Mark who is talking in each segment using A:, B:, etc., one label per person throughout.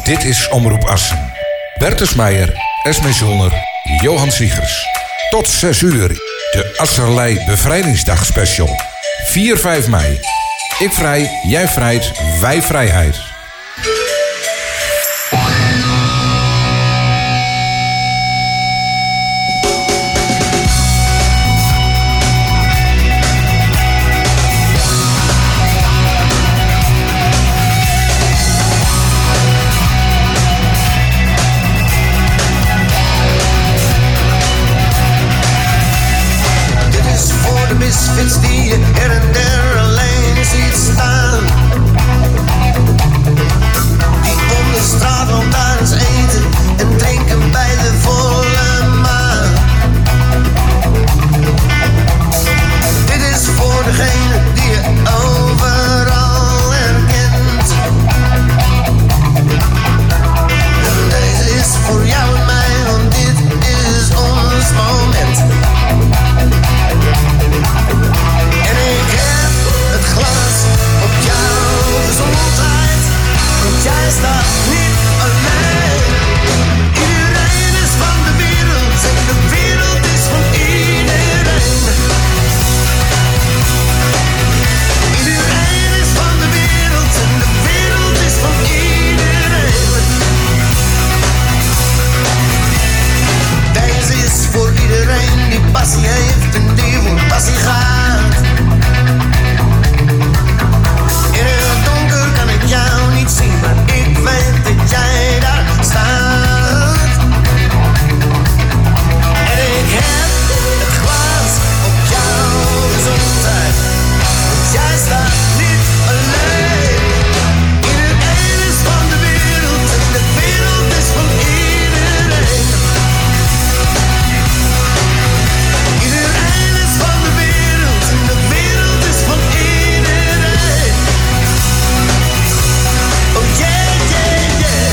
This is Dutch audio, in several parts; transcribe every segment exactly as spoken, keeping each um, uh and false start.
A: Dit is Omroep Assen. Bertus Meijer, Esme Zolner, Johan Siegers. Tot zes uur, de Asserlei Bevrijdingsdag special. vier vijf mei. Ik vrij, jij vrijt, wij vrijheid.
B: Misfits die je her en der alleen ziet staan, die om de straatlantaarns eten en drinken bij de volle maan. Dit is voor degene die je overal herkent, en deze is voor jou en mij, want dit is ons moment. En ik heb het glas op jouw gezondheid, want jij staat niet alleen. Iedereen is van de wereld en de wereld is van iedereen. Iedereen is van de wereld en de wereld is van iedereen. Deze is voor iedereen die passie heeft en die voor passie gaat. In het donker kan ik jou niet zien, maar ik weet dat jij daar staat. En ik heb het glas op jouw gezondheid, want jij staat niet alleen. Iedereen is van de wereld en de wereld is van iedereen. Iedereen is van de wereld en de wereld is van iedereen. Oh yeah, yeah, yeah.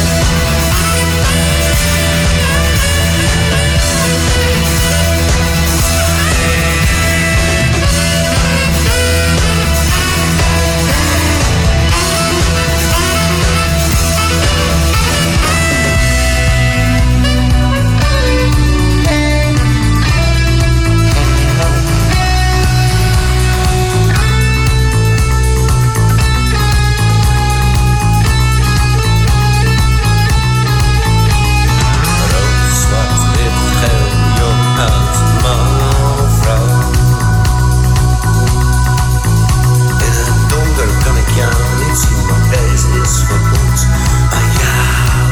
B: Rood, zwart, wit, geel, jong, oud, man, vrouw. In het donker kan ik jou niet zien, maar deze is voor ons aan jou.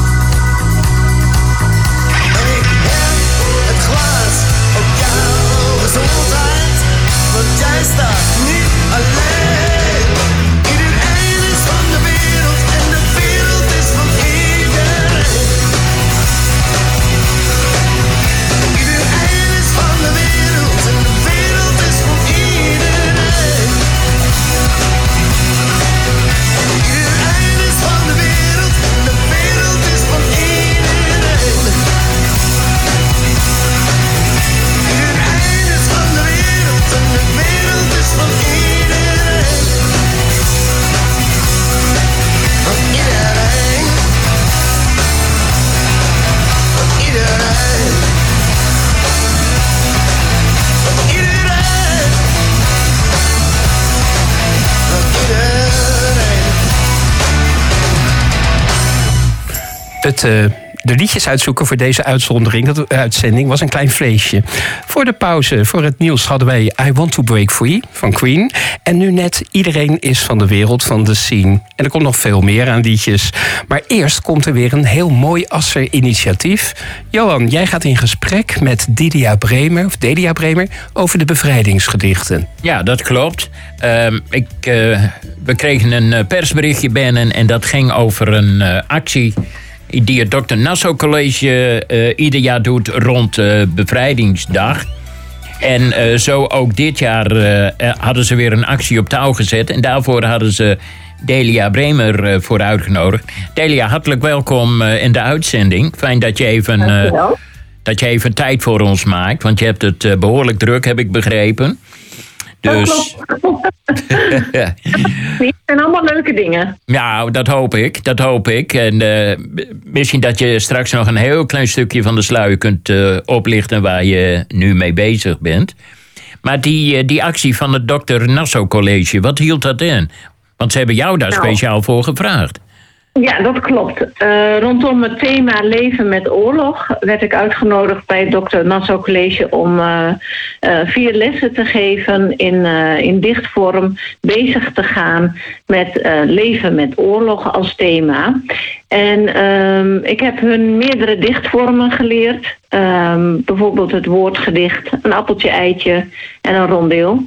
B: En ik heb het glas op jouw gezondheid, want jij staat niet alleen. Iedereen is van de wereld en de wereld is van iedereen. Iedereen is van de wereld en de wereld is van iedereen. Iedereen is van de wereld en de wereld is van iedereen. Iedereen is van de wereld en de wereld is van iedereen. Van iedereen. Van iedereen. Van iedereen. Van iedereen.
C: Het, uh, de liedjes uitzoeken voor deze uitzondering, dat, uitzending was een klein feestje. Voor de pauze, voor het nieuws hadden wij I Want To Break Free van Queen. En nu net Iedereen is van de wereld van The Scene. En er komt nog veel meer aan liedjes. Maar eerst komt er weer een heel mooi Asser-initiatief. Johan, jij gaat in gesprek met Didia Bremer, of Delia Bremer over de bevrijdingsgedichten.
D: Ja, dat klopt. Uh, ik, uh, we kregen een persberichtje binnen en dat ging over een uh, actie die het dokter Nassau College uh, ieder jaar doet rond uh, Bevrijdingsdag. En uh, zo ook dit jaar uh, hadden ze weer een actie op touw gezet. En daarvoor hadden ze Delia Bremer uh, voor uitgenodigd. Delia, hartelijk welkom uh, in de uitzending. Fijn dat je even, uh, dat je even tijd voor ons maakt. Want je hebt het uh, behoorlijk druk, heb ik begrepen. Dus...
E: Dat klopt. Het zijn allemaal leuke dingen.
D: Ja, dat hoop ik. Dat hoop ik. En uh, misschien dat je straks nog een heel klein stukje van de sluier kunt uh, oplichten waar je nu mee bezig bent. Maar die, uh, die actie van het dokter Nassau College, wat hield dat in? Want ze hebben jou daar nou, speciaal voor gevraagd.
E: Ja, dat klopt. Uh, rondom het thema leven met oorlog werd ik uitgenodigd bij het dokter Nassau College om uh, uh, vier lessen te geven in, uh, in dichtvorm, bezig te gaan met uh, leven met oorlog als thema. En um, ik heb hun meerdere dichtvormen geleerd. Um, bijvoorbeeld het woordgedicht, een appeltje-eitje en een rondeel.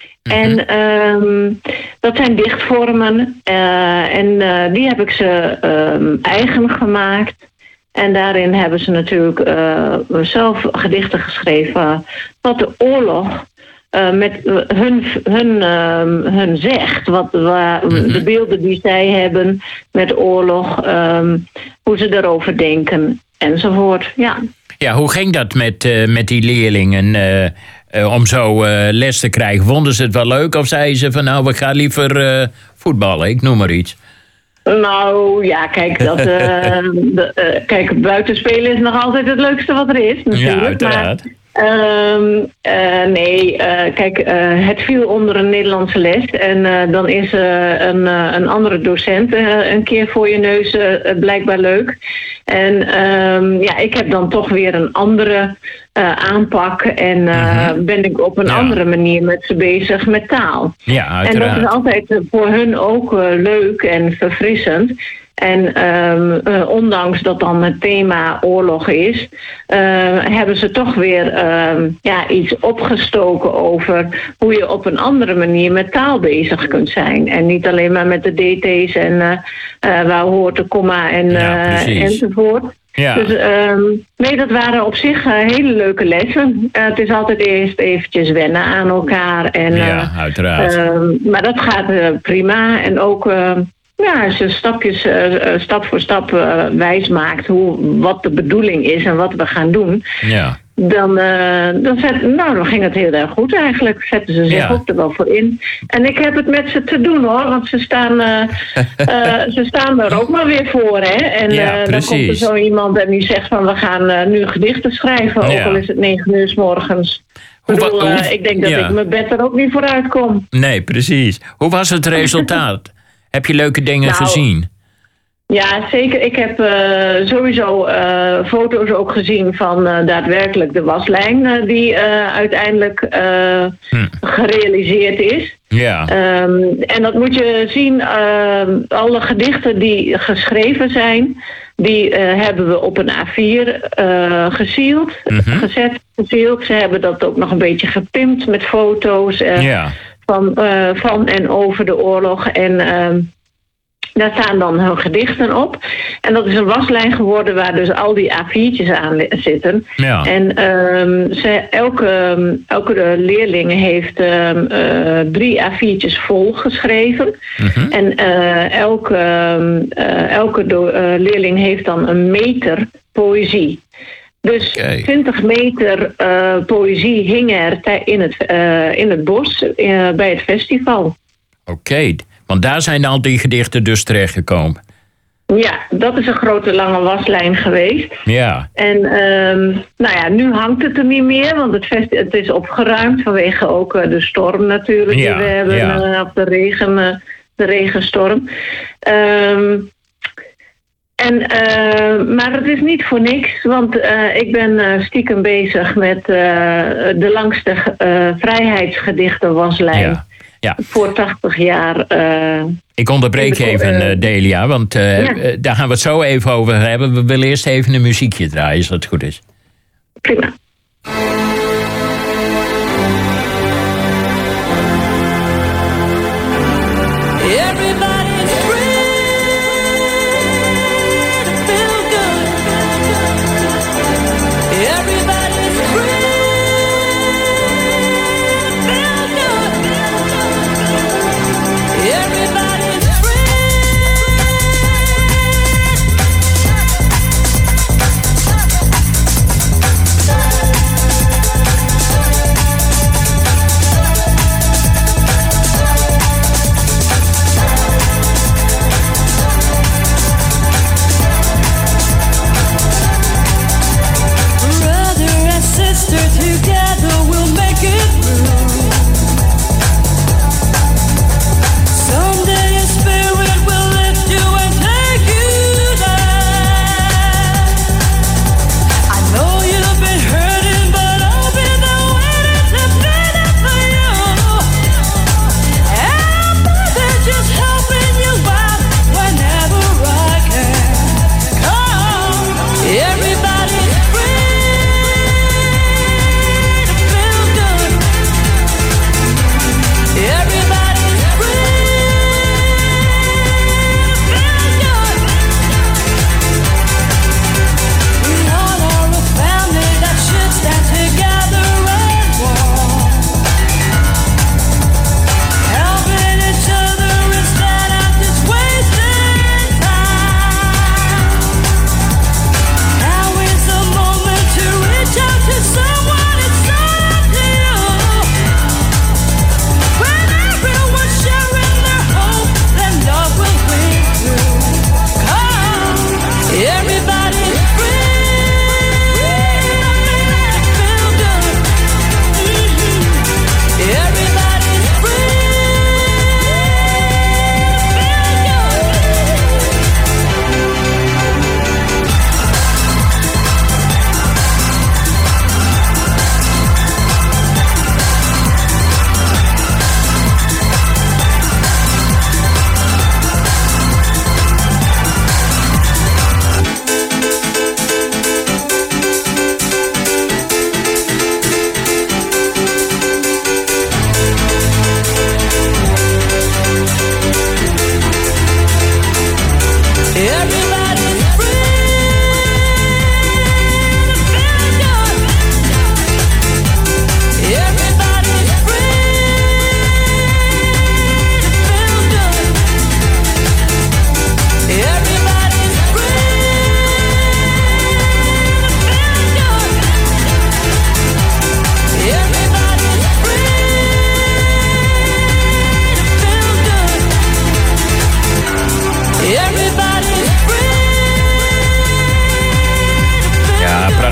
E: En um, dat zijn dichtvormen uh, en uh, die heb ik ze um, eigen gemaakt. En daarin hebben ze natuurlijk uh, zelf gedichten geschreven wat de oorlog uh, met hun, hun, uh, hun zegt. Wat, waar, mm-hmm. De beelden die zij hebben met oorlog, um, hoe ze erover denken enzovoort. Ja,
D: ja hoe ging dat met, uh, met die leerlingen? Uh... Uh, om zo uh, les te krijgen. Vonden ze het wel leuk of zeiden ze van nou, we gaan liever uh, voetballen, ik noem maar iets?
E: Nou ja, kijk, dat, uh, de, uh, kijk, buitenspelen is nog altijd het leukste wat er is natuurlijk.
D: Ja, uiteraard.
E: Maar, Um, uh, nee, uh, kijk, uh, het viel onder een Nederlandse les. En uh, dan is uh, een, uh, een andere docent uh, een keer voor je neus uh, blijkbaar leuk. En um, ja, ik heb dan toch weer een andere uh, aanpak. En uh, mm-hmm. ben ik op een ja. andere manier met ze bezig met taal.
D: Ja, uiteraard.
E: En dat is altijd voor hun ook uh, leuk en verfrissend. En um, uh, ondanks dat dan het thema oorlog is, uh, hebben ze toch weer uh, ja, iets opgestoken over hoe je op een andere manier met taal bezig kunt zijn. En niet alleen maar met de D T's en uh, uh, waar hoort de komma en, uh, ja, enzovoort. Ja. Dus um, nee, dat waren op zich uh, hele leuke lessen. Uh, het is altijd eerst eventjes wennen aan elkaar. En, uh,
D: ja, uiteraard.
E: Uh, maar dat gaat uh, prima. En ook... Uh, Ja, als je stapjes, uh, stap voor stap uh, wijs maakt hoe, wat de bedoeling is en wat we gaan doen. Ja. Dan, uh, dan, zet, nou, dan ging het heel erg goed eigenlijk. Zetten ze zich ja. ook er wel voor in. En ik heb het met ze te doen hoor, want ze staan, uh, uh, ze staan er ook maar weer voor. Hè? En ja, uh, dan komt er zo iemand en die zegt van we gaan uh, nu gedichten schrijven. Ja. Ook al is het negen uur 's morgens. Ik, bedoel, uh, ik denk dat ja. ik mijn bed er ook niet vooruit kom.
D: Nee, precies. Hoe was het resultaat? Heb je leuke dingen nou, gezien?
E: Ja, zeker. Ik heb uh, sowieso uh, foto's ook gezien van uh, daadwerkelijk de waslijn uh, die uh, uiteindelijk uh, hm. gerealiseerd is. Ja. Um, en dat moet je zien, uh, alle gedichten die geschreven zijn, die uh, hebben we op een A vier uh, gesield, mm-hmm. gezet, gesield. Ze hebben dat ook nog een beetje gepimpt met foto's. Uh, ja. Van, uh, van en over de oorlog. En uh, daar staan dan hun gedichten op. En dat is een waslijn geworden waar dus al die A viertjes aan zitten. Ja. En uh, ze, elke, elke leerling heeft uh, uh, drie A viertjes vol geschreven. Mm-hmm. En uh, elke, uh, elke do- uh, leerling heeft dan een meter poëzie. Dus okay. twintig meter uh, poëzie hing er in het, uh, in het bos uh, bij het festival.
D: Oké, okay. Want daar zijn al die gedichten dus terechtgekomen.
E: Ja, dat is een grote lange waslijn geweest.
D: Ja.
E: En um, nou ja, nu hangt het er niet meer, want het, festi- het is opgeruimd vanwege ook uh, de storm natuurlijk ja, die we hebben, ja. uh, of de regen, uh, de regenstorm. Um, En, uh, maar het is niet voor niks, want uh, ik ben uh, stiekem bezig met uh, de langste uh, vrijheidsgedichten waslijn. Ja, ja. Voor tachtig jaar. Uh,
D: ik onderbreek de, even, uh, Delia, want uh, ja. uh, daar gaan we het zo even over hebben. We willen eerst even een muziekje draaien, als dat goed is.
E: Prima.
B: Everybody's free.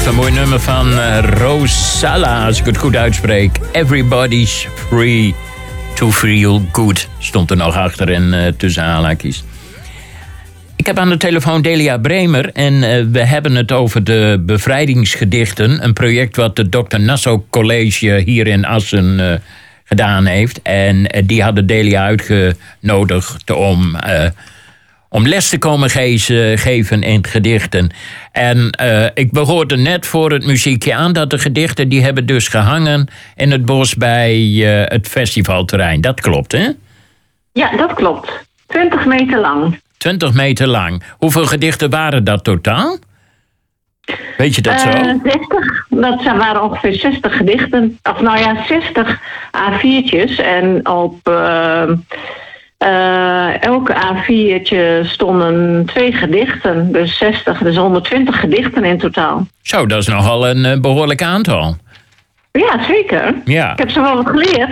D: een mooi nummer van uh, Rosalla, als ik het goed uitspreek. Everybody's free to feel good. Stond er nog achter en uh, tussen aanhalingstekens. Ik heb aan de telefoon Delia Bremer en uh, we hebben het over de bevrijdingsgedichten. Een project wat de dokter Nassau College hier in Assen uh, gedaan heeft. En uh, die hadden Delia uitgenodigd om... Uh, om les te komen gezen, geven in gedichten. En uh, ik behoorde net voor het muziekje aan dat de gedichten... die hebben dus gehangen in het bos bij uh, het festivalterrein. Dat klopt, hè?
E: Ja, dat klopt. twintig meter lang.
D: twintig meter lang. Hoeveel gedichten waren dat totaal? Weet je dat zo?
E: Uh, zestig. Dat waren ongeveer zestig gedichten. Of nou ja, zestig A viertjes. En op... Uh, Uh, elke A viertje stonden twee gedichten, dus zestig, dus honderdtwintig gedichten in totaal.
D: Zo, dat is nogal een uh, behoorlijk aantal.
E: Ja, zeker.
D: Ja.
E: Ik heb ze wel wat geleerd.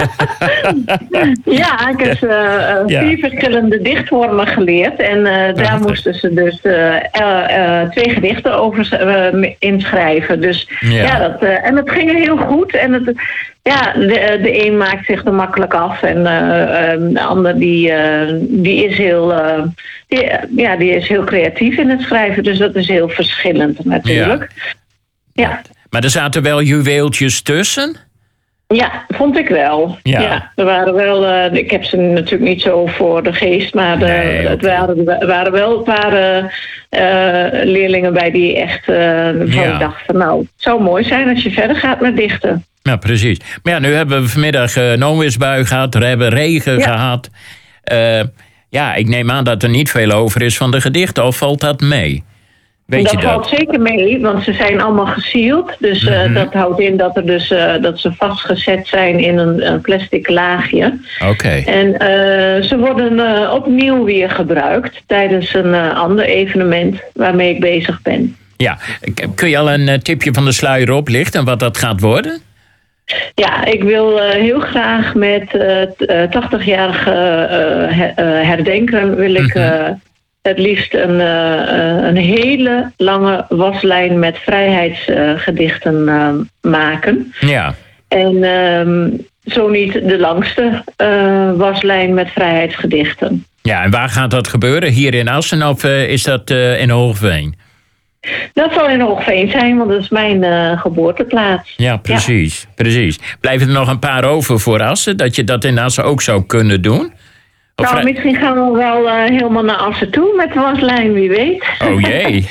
E: ja, ik heb uh, ja. vier verschillende dichtvormen geleerd. En uh, daar
D: Prachtig.
E: moesten ze dus uh, uh, uh, twee gedichten over uh, inschrijven. Dus ja, ja dat, uh, en het ging heel goed. En het, ja, de, de een maakt zich er makkelijk af. En uh, uh, de ander die, uh, die, is heel, uh, die, ja, die is heel creatief in het schrijven. Dus dat is heel verschillend natuurlijk. Ja. ja.
D: Maar er zaten wel juweeltjes tussen?
E: Ja, vond ik wel.
D: Ja.
E: ja er waren wel, uh, ik heb ze natuurlijk niet zo voor de geest, maar de, nee, het waren, er waren wel een paar uh, leerlingen bij die echt uh, van ja. dachten, nou, het zou mooi zijn als je verder gaat met dichten.
D: Ja, precies. Maar ja, nu hebben we vanmiddag uh, een onweersbui gehad, we hebben regen ja. gehad. Uh, ja, ik neem aan dat er niet veel over is van de gedichten, of valt dat mee? Weet
E: dat,
D: je dat
E: valt zeker mee, want ze zijn allemaal gesealed. Dus uh, mm-hmm. dat houdt in dat, er dus, uh, dat ze vastgezet zijn in een, een plastic laagje.
D: Oké. Okay.
E: En uh, ze worden uh, opnieuw weer gebruikt tijdens een uh, ander evenement waarmee ik bezig ben.
D: Ja, kun je al een uh, tipje van de sluier oplichten wat dat gaat worden?
E: Ja, ik wil uh, heel graag met uh, tachtigjarige uh, uh, herdenken wil ik... Uh, mm-hmm. Het liefst een, uh, een hele lange waslijn met vrijheidsgedichten uh, maken.
D: Ja.
E: En um, zo niet de langste uh, waslijn met vrijheidsgedichten.
D: Ja, en waar gaat dat gebeuren? Hier in Assen of uh, is dat uh, in Hoogveen?
E: Dat zal in Hoogveen zijn, want dat is mijn uh, geboorteplaats.
D: Ja, precies, ja. precies. Blijven er nog een paar over voor Assen, dat je dat in Assen ook zou kunnen doen?
E: Nou, vrij... misschien gaan we wel uh, helemaal naar Assen toe met de waslijn, wie weet.
D: Oh jee.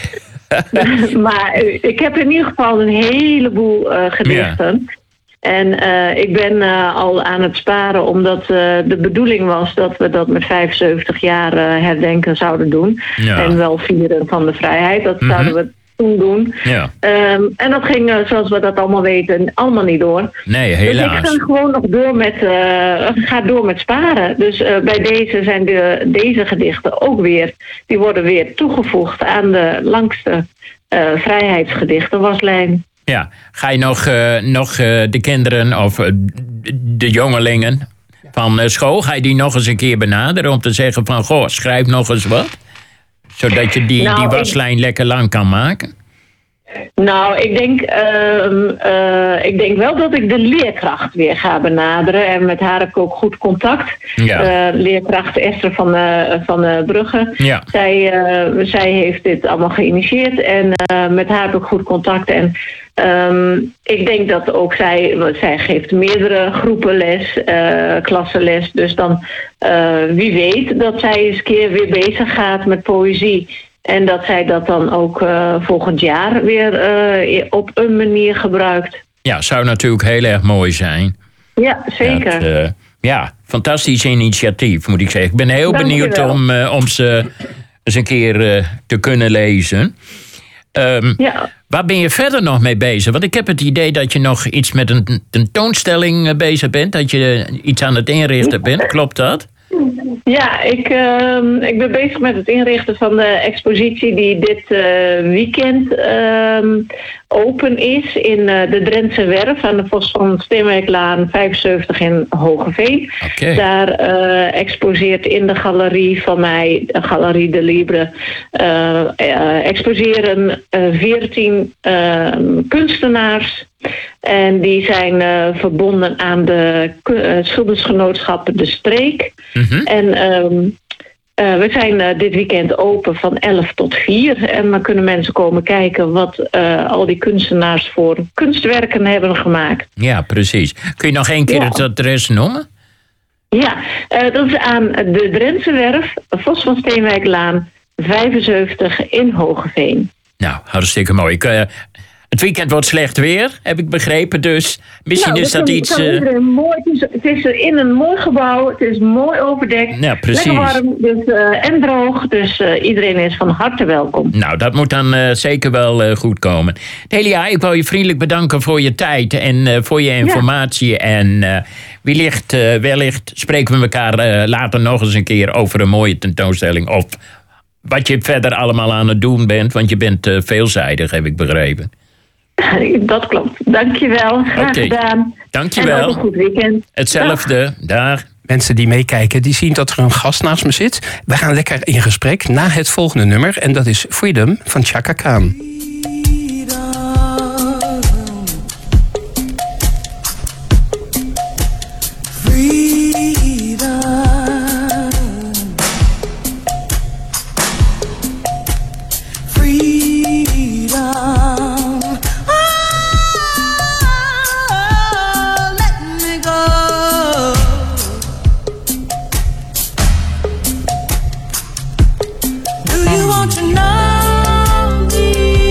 E: Maar uh, ik heb in ieder geval een heleboel uh, gedichten. Ja. En uh, ik ben uh, al aan het sparen, omdat uh, de bedoeling was dat we dat met vijfenzeventig jaar uh, herdenken zouden doen. Ja. En wel vieren van de vrijheid. Dat mm-hmm. zouden we toen doen.
D: Ja.
E: Um, en dat ging, uh, zoals we dat allemaal weten, allemaal niet door.
D: Nee, helaas.
E: Dus ik ga gewoon nog door met, uh, ga door met sparen. Dus uh, bij deze zijn de, deze gedichten ook weer, die worden weer toegevoegd aan de langste uh, vrijheidsgedichten waslijn.
D: Ja, ga je nog, uh, nog uh, de kinderen of uh, de jongelingen van uh, school, ga je die nog eens een keer benaderen om te zeggen van, goh, schrijf nog eens wat? Zodat je die, nou, die waslijn ik... lekker lang kan maken?
E: Nou, ik denk, uh, uh, ik denk wel dat ik de leerkracht weer ga benaderen. En met haar heb ik ook goed contact. Ja. Uh, leerkracht Esther van, uh, van uh, Brugge. Ja. Zij, uh, zij heeft dit allemaal geïnitieerd. En uh, met haar heb ik goed contact. En um, ik denk dat ook zij, want zij geeft meerdere groepen les, uh, klassenles. Dus dan, uh, wie weet dat zij eens een keer weer bezig gaat met poëzie. En dat zij dat dan ook uh, volgend jaar weer uh, op een manier gebruikt.
D: Ja, zou natuurlijk heel erg mooi zijn.
E: Ja, zeker. Dat, uh,
D: ja, fantastisch initiatief, moet ik zeggen. Ik ben heel
E: Dank
D: benieuwd om, uh, om ze eens een keer uh, te kunnen lezen. Um, ja. Waar ben je verder nog mee bezig? Want ik heb het idee dat je nog iets met een tentoonstelling bezig bent. Dat je iets aan het inrichten bent. Klopt dat?
E: Ja, ik, uh, ik ben bezig met het inrichten van de expositie die dit uh, weekend uh, open is in uh, de Drentse Werf aan de Vos van Steenwijklaan vijfenzeventig in Hogeveen.
D: Okay.
E: Daar uh, exposeert in de galerie van mij, de Galerie de Libre, uh, uh, exposeren veertien uh, uh, kunstenaars. En die zijn uh, verbonden aan de uh, schildersgenootschap De Streek.
D: Mm-hmm.
E: En um, uh, we zijn uh, dit weekend open van elf tot vier. En dan kunnen mensen komen kijken wat uh, al die kunstenaars voor kunstwerken hebben gemaakt.
D: Ja, precies. Kun je nog één keer
E: Ja.
D: het adres noemen?
E: Ja, uh, dat is aan de Drentse Werf, Vos van Steenwijklaan vijfenzeventig in Hogeveen.
D: Nou, hartstikke mooi. Ik, uh, het weekend wordt slecht weer, heb ik begrepen. Dus misschien
E: Nou,
D: is dat
E: kan-
D: iets...
E: kan
D: uh,
E: iedereen mooi, het, is, het is in een mooi gebouw, het is mooi overdekt.
D: Ja, precies.
E: Lekker warm dus, uh, en droog, dus uh, iedereen is van harte welkom.
D: Nou, dat moet dan uh, zeker wel uh, goed komen. Delia, ik wil je vriendelijk bedanken voor je tijd en uh, voor je informatie. En uh, wellicht, uh, wellicht spreken we elkaar uh, later nog eens een keer over een mooie tentoonstelling. Of wat je verder allemaal aan het doen bent, want je bent uh, veelzijdig, heb ik begrepen.
E: Dat klopt. Dankjewel. Graag
D: Oké.
E: gedaan.
D: Dankjewel.
E: En ook een goed weekend.
D: Hetzelfde, daar.
C: Mensen die meekijken, die zien dat er een gast naast me zit. We gaan lekker in gesprek na het volgende nummer. En dat is Freedom van Chaka Khan.
B: Do you want to know me?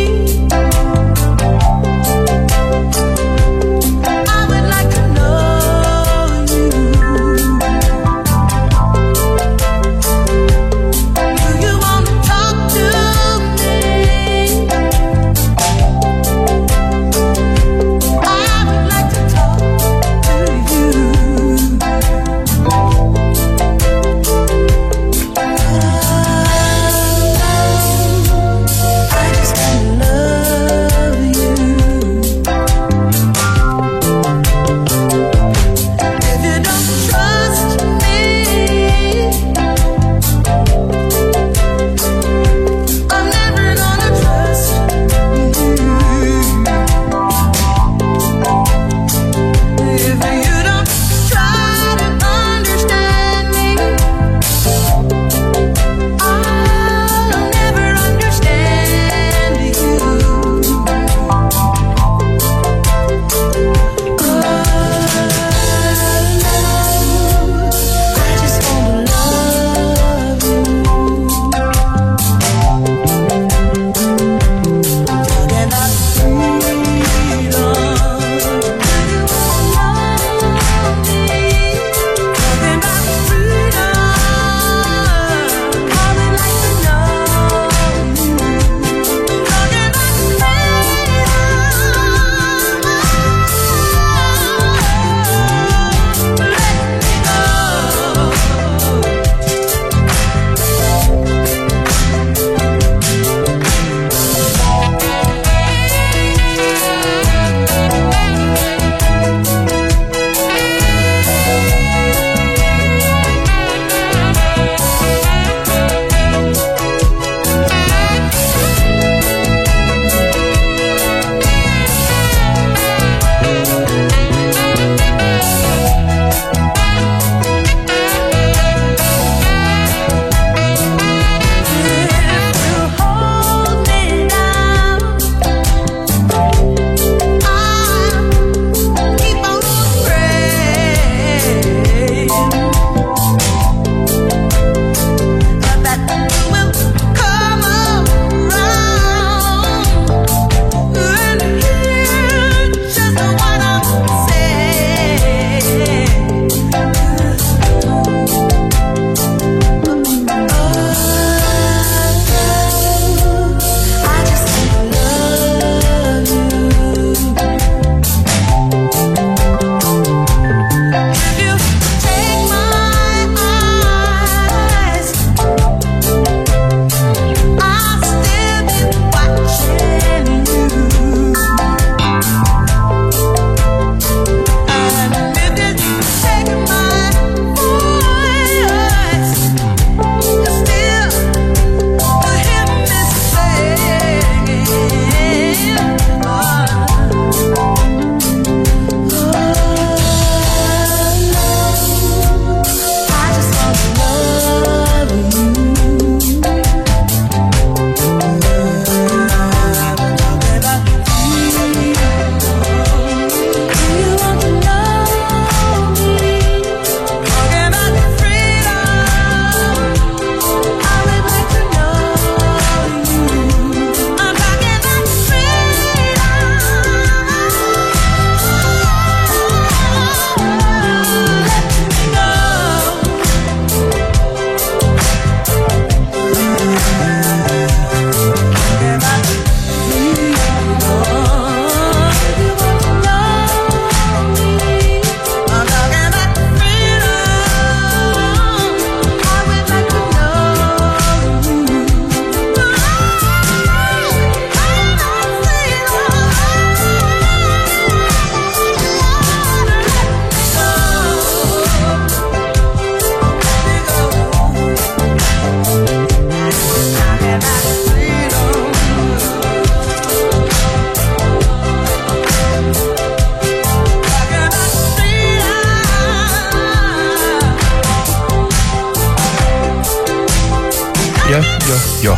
C: Jo.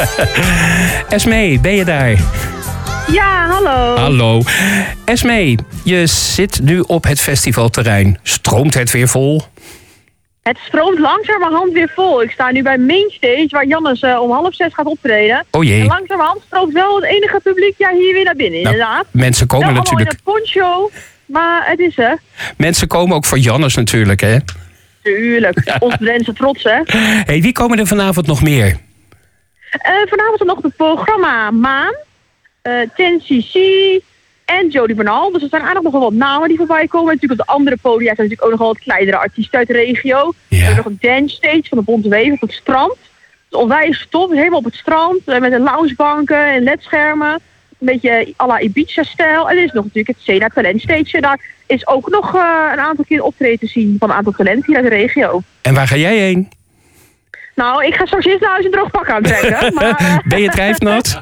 C: Esmee, ben je daar?
E: Ja, hallo.
C: Hallo. Esmee, je zit nu op het festivalterrein. Stroomt het weer vol?
E: Het stroomt langzamerhand weer vol. Ik sta nu bij Mainstage, waar Jannes uh, om half zes gaat optreden.
C: Oh jee.
E: En langzamerhand stroomt wel het enige publiek ja, hier weer naar binnen,
C: Nou,
E: inderdaad.
C: mensen komen
E: wel
C: natuurlijk...
E: allemaal in een poncho, maar het is er.
C: Mensen komen ook voor Jannes natuurlijk, hè?
E: Tuurlijk, ons Drentse trots, hè.
C: Hey, wie komen er vanavond nog meer?
E: Uh, vanavond is nog het programma Maan, uh, ten C C en Jody Bernal. Dus er zijn aardig nog wel wat namen die voorbij komen. En natuurlijk op de andere podia zijn natuurlijk ook nog wel wat kleinere artiesten uit de regio.
C: Ja.
E: We hebben nog een dance stage van de Bonte Wever op het strand. Dus onwijs tof, helemaal op het strand. uh, Met een loungebanken en ledschermen. Een beetje à la Ibiza-stijl. En er is nog natuurlijk het Sena Talent Stage. Daar is ook nog uh, een aantal keer optreden te zien van een aantal talenten hier uit de regio.
C: En waar ga jij heen?
E: Nou, ik ga straks eerst naar huis een droog pak aantrekken. Maar, uh,
C: Ben je drijfnat?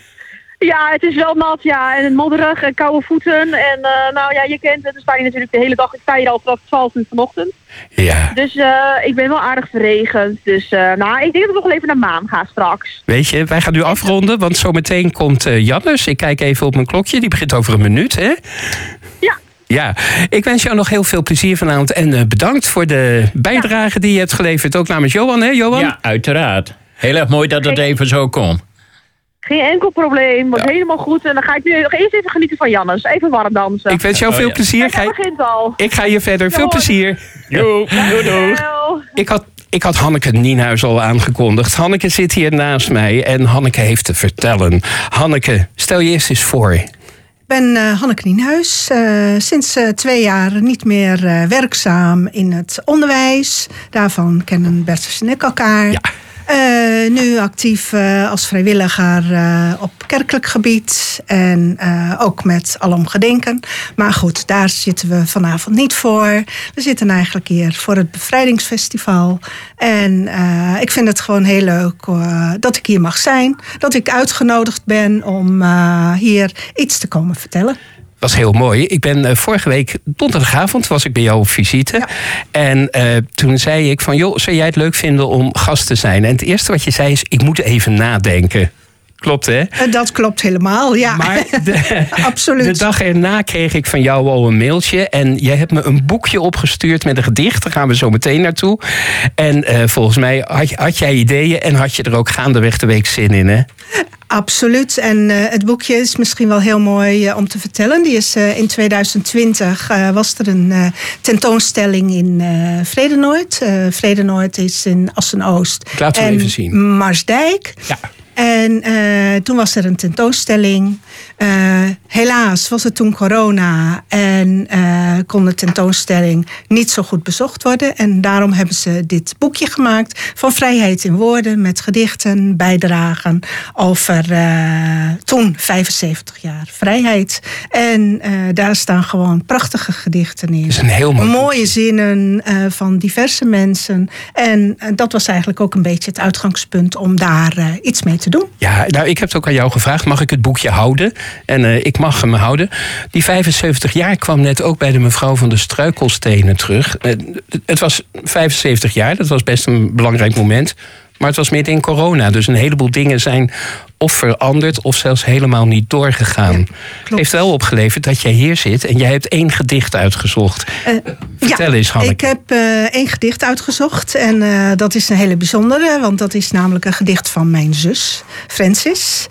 E: Ja, het is wel nat, ja. En modderig en koude voeten. En uh, nou ja, je kent het. Dan sta je natuurlijk de hele dag. Ik sta hier al vanaf twaalf uur vanochtend.
C: Ja.
E: Dus uh, ik ben wel aardig verregend. Dus uh, nou, ik denk dat ik nog wel even naar Maan ga straks.
C: Weet je, wij gaan nu afronden, want zometeen komt uh, Jannes. Ik kijk even op mijn klokje, die begint over een minuut, hè?
E: Ja.
C: Ja, ik wens jou nog heel veel plezier vanavond. En uh, bedankt voor de bijdrage die je hebt geleverd. Ook namens Johan, hè Johan?
D: Ja, uiteraard. Heel erg mooi dat het even zo kon.
E: Geen enkel probleem, wordt ja. helemaal goed. En dan ga ik nu nog eerst even genieten van Jannes. Even warm dansen.
C: Ik wens jou
D: oh,
C: veel
D: ja.
C: plezier.
E: Kijk, dat begint al.
C: Ik ga je verder. Veel plezier.
D: Doei. Doei, doei.
C: Ik had, ik had Hanneke Nienhuis al aangekondigd. Hanneke zit hier naast mij en Hanneke heeft te vertellen. Hanneke, stel je eerst eens voor.
F: Ik ben uh, Hanneke Nienhuis, uh, sinds uh, twee jaar niet meer uh, werkzaam in het onderwijs. Daarvan kennen Bertus en ik elkaar.
C: Ja.
F: Uh, nu actief uh, als vrijwilliger uh, op kerkelijk gebied en uh, ook met Alom Gedenken. Maar goed, daar zitten we vanavond niet voor. We zitten eigenlijk hier voor het Bevrijdingsfestival. En uh, ik vind het gewoon heel leuk uh, dat ik hier mag zijn. Dat ik uitgenodigd ben om uh, hier iets te komen vertellen.
C: Dat was heel mooi. Ik ben uh, vorige week, donderdagavond, was ik bij jou op visite. Ja. En uh, toen zei ik van, joh, zou jij het leuk vinden om gast te zijn? En het eerste wat je zei is, ik moet even nadenken. Klopt, hè?
F: Dat klopt helemaal, ja.
C: Maar de,
F: absoluut.
C: De dag erna kreeg ik van jou al een mailtje. En jij hebt me een boekje opgestuurd met een gedicht. Daar gaan we zo meteen naartoe. En uh, volgens mij had, had jij ideeën en had je er ook gaandeweg de week zin in, hè?
F: Absoluut. En uh, het boekje is misschien wel heel mooi uh, om te vertellen. Die is uh, in tweeduizend twintig uh, was er een uh, tentoonstelling in uh, Vredenoord. Uh, Vredenoord is in Assen-Oost.
C: Ik laat hem
F: en
C: even zien.
F: Marsdijk.
C: Ja.
F: En uh, toen was er een tentoonstelling. Uh, helaas was het toen corona en uh, kon de tentoonstelling niet zo goed bezocht worden. En daarom hebben ze dit boekje gemaakt van Vrijheid in Woorden met gedichten, bijdragen over uh, toen vijfenzeventig jaar vrijheid. En uh, daar staan gewoon prachtige gedichten in.
C: Dat is een heel mooi
F: mooie
C: boekje.
F: zinnen uh, van diverse mensen. En uh, dat was eigenlijk ook een beetje het uitgangspunt om daar uh, iets mee te doen.
C: Ja, nou, ik heb het ook aan jou gevraagd. Mag ik het boekje houden? En uh, ik mag hem houden. Die vijfenzeventig jaar kwam net ook bij de mevrouw van de Struikelstenen terug. Uh, het was vijfenzeventig jaar, dat was best een belangrijk moment. Maar het was midden in corona. Dus een heleboel dingen zijn of veranderd of zelfs helemaal niet doorgegaan. Ja, heeft wel opgeleverd dat jij hier zit en jij hebt één gedicht uitgezocht. Uh, Vertel
F: ja,
C: eens, Hanneke.
F: Ik heb uh, één gedicht uitgezocht en uh, dat is een hele bijzondere, want dat is namelijk een gedicht van mijn zus, Francis.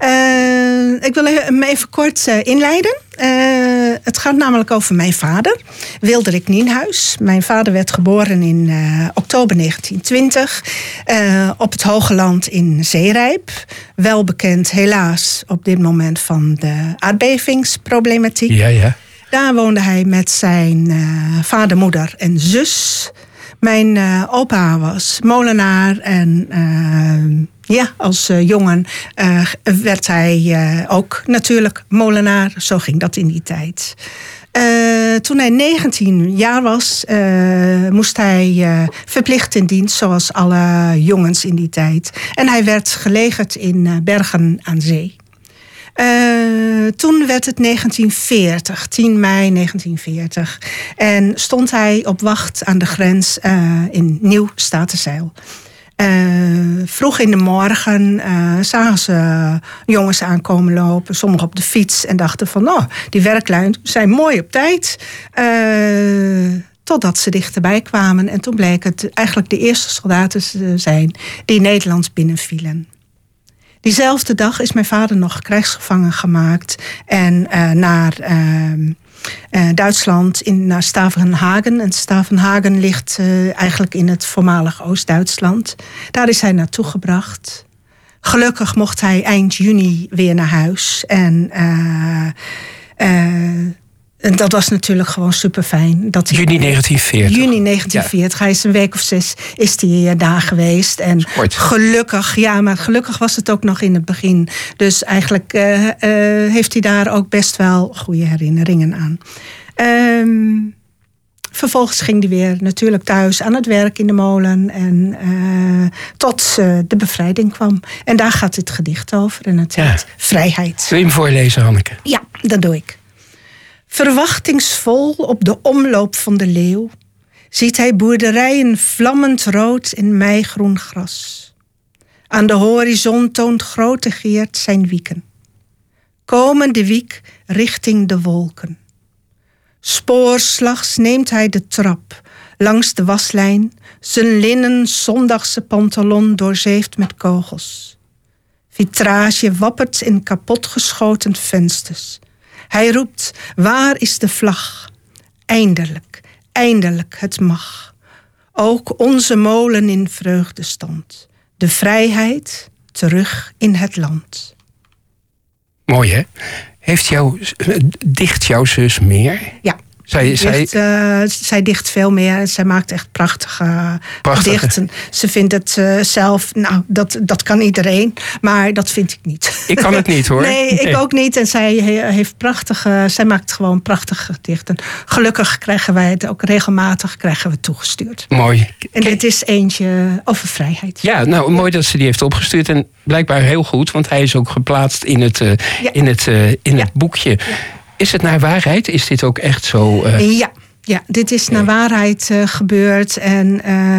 F: Uh, ik wil hem even kort uh, inleiden. Uh, het gaat namelijk over mijn vader, Wilderik Nienhuis. Mijn vader werd geboren in uh, oktober negentien twintig uh, op het Hoge Land in Zeerijp. Wel bekend helaas op dit moment van de aardbevingsproblematiek.
C: Ja, ja.
F: Daar woonde hij met zijn uh, vader, moeder en zus. Mijn uh, opa was molenaar en uh, ja, als uh, jongen uh, werd hij uh, ook natuurlijk molenaar. Zo ging dat in die tijd. Uh, toen hij negentien jaar was, uh, moest hij uh, verplicht in dienst, zoals alle jongens in die tijd. En hij werd gelegerd in uh, Bergen aan Zee. Uh, toen werd het negentien veertig, tien mei negentien veertig. En stond hij op wacht aan de grens uh, in Nieuw Statenzijl. Uh, vroeg in de morgen uh, zagen ze jongens aankomen lopen, sommigen op de fiets, en dachten van, oh, die werklui zijn mooi op tijd. Uh, totdat ze dichterbij kwamen. En toen bleek het eigenlijk de eerste soldaten te zijn die Nederland binnenvielen. Diezelfde dag is mijn vader nog krijgsgevangen gemaakt en uh, naar uh, uh, Duitsland, in, naar Stavenhagen. En Stavenhagen ligt uh, eigenlijk in het voormalig Oost-Duitsland. Daar is hij naartoe gebracht. Gelukkig mocht hij eind juni weer naar huis. En uh, uh, En dat was natuurlijk gewoon super fijn.
C: Juni negentien veertig.
F: Juni negentien veertig. Ja. Hij is een week of zes is hij daar geweest. En
C: Sport.
F: gelukkig, ja, maar gelukkig was het ook nog in het begin. Dus eigenlijk uh, uh, heeft hij daar ook best wel goede herinneringen aan. Um, vervolgens ging hij weer natuurlijk thuis aan het werk in de molen. En uh, tot uh, de bevrijding kwam. En daar gaat dit gedicht over. En het
C: ja.
F: heet Vrijheid.
C: Wil je hem voorlezen, Hanneke?
F: Ja, dat doe ik. Verwachtingsvol op de omloop van de leeuw ziet hij boerderijen vlammend rood in meigroen gras. Aan de horizon toont grote Geert zijn wieken. Komende wiek richting de wolken. Spoorslags neemt hij de trap langs de waslijn, zijn linnen zondagse pantalon doorzeefd met kogels. Vitrage wappert in kapotgeschoten vensters. Hij roept, waar is de vlag? Eindelijk, eindelijk, het mag. Ook onze molen in vreugde stond. De vrijheid terug in het land.
C: Mooi, hè? Heeft jouw, dicht jouw zus meer?
F: Ja.
C: Zij, zij...
F: Dicht, uh, zij dicht veel meer. Zij maakt echt prachtige,
C: prachtige.
F: gedichten. Ze vindt het uh, zelf, nou, dat, dat kan iedereen. Maar dat vind ik niet.
C: Ik kan het niet, hoor.
F: Nee, ik nee. ook niet. En zij heeft prachtige, zij maakt gewoon prachtige gedichten. Gelukkig krijgen wij het ook regelmatig krijgen we toegestuurd.
C: Mooi.
F: En dit is eentje over vrijheid.
C: Ja, nou, mooi dat ze die heeft opgestuurd. En blijkbaar heel goed, want hij is ook geplaatst in het, uh, ja. in het, uh, in ja. het boekje. Ja. Is het naar waarheid? Is dit ook echt zo? Uh...
F: Ja, ja, dit is naar waarheid uh, gebeurd. En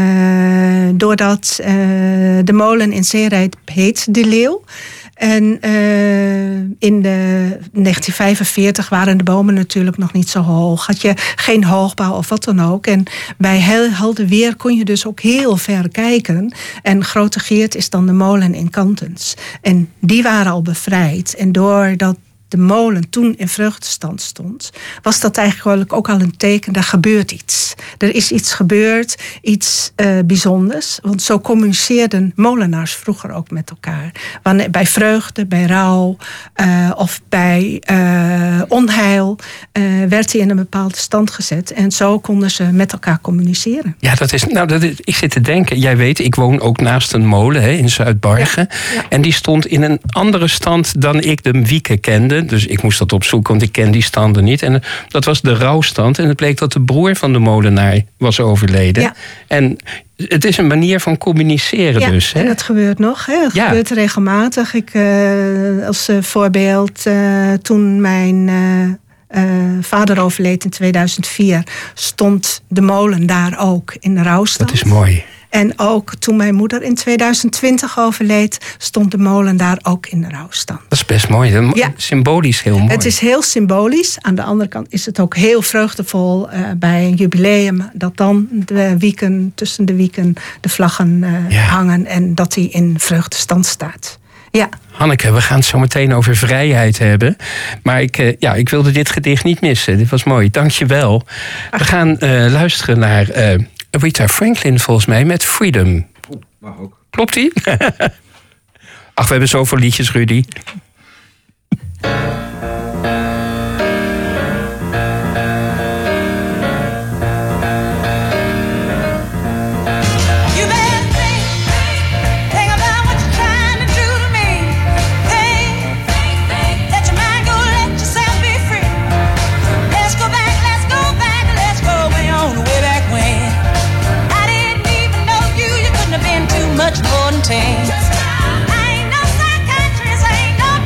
F: uh, doordat uh, de molen in Zeerijp heet De Leeuw. En uh, in de negentien vijfenveertig waren de bomen natuurlijk nog niet zo hoog. Had je geen hoogbouw of wat dan ook. En bij heel helder weer kon je dus ook heel ver kijken. En Grote Geert is dan de molen in Kantens. En die waren al bevrijd. En doordat de molen toen in vreugdestand stond, was dat eigenlijk ook al een teken, daar gebeurt iets. Er is iets gebeurd, iets uh, bijzonders. Want zo communiceerden molenaars vroeger ook met elkaar. Wanneer, bij vreugde, bij rouw uh, of bij uh, onheil uh, werd hij in een bepaalde stand gezet. En zo konden ze met elkaar communiceren.
C: Ja, dat is, nou, dat is, ik zit te denken, jij weet, ik woon ook naast een molen hè, in Zuidbargen. Ja, ja. En die stond in een andere stand dan ik de wieken kende. Dus ik moest dat opzoeken, want ik ken die standen niet. En dat was de rouwstand. En het bleek dat de broer van de molenaar was overleden. Ja. En het is een manier van communiceren
F: ja,
C: dus. Hè?
F: En dat gebeurt nog. Hè? Dat ja. gebeurt regelmatig. Ik, uh, als uh, voorbeeld, uh, toen mijn uh, uh, vader overleed in tweeduizend vier... stond de molen daar ook in de rouwstand.
C: Dat is mooi.
F: En ook toen mijn moeder in tweeduizend twintig overleed, stond de molen daar ook in de rouwstand.
C: Dat is best mooi. Ja. Symbolisch heel mooi.
F: Het is heel symbolisch. Aan de andere kant is het ook heel vreugdevol uh, bij een jubileum, dat dan de wieken, tussen de wieken de vlaggen uh, ja. hangen en dat die in vreugdestand staat. Ja.
C: Hanneke, we gaan het zo meteen over vrijheid hebben. Maar ik, uh, ja, ik wilde dit gedicht niet missen. Dit was mooi. Dank je wel. We gaan uh, luisteren naar Uh, Rita Franklin volgens mij met Freedom.
A: Oeh, mag ook.
C: Klopt die? Ach, we hebben zoveel liedjes, Rudy.
G: Much more than tame. I ain't no psychiatrist, I ain't no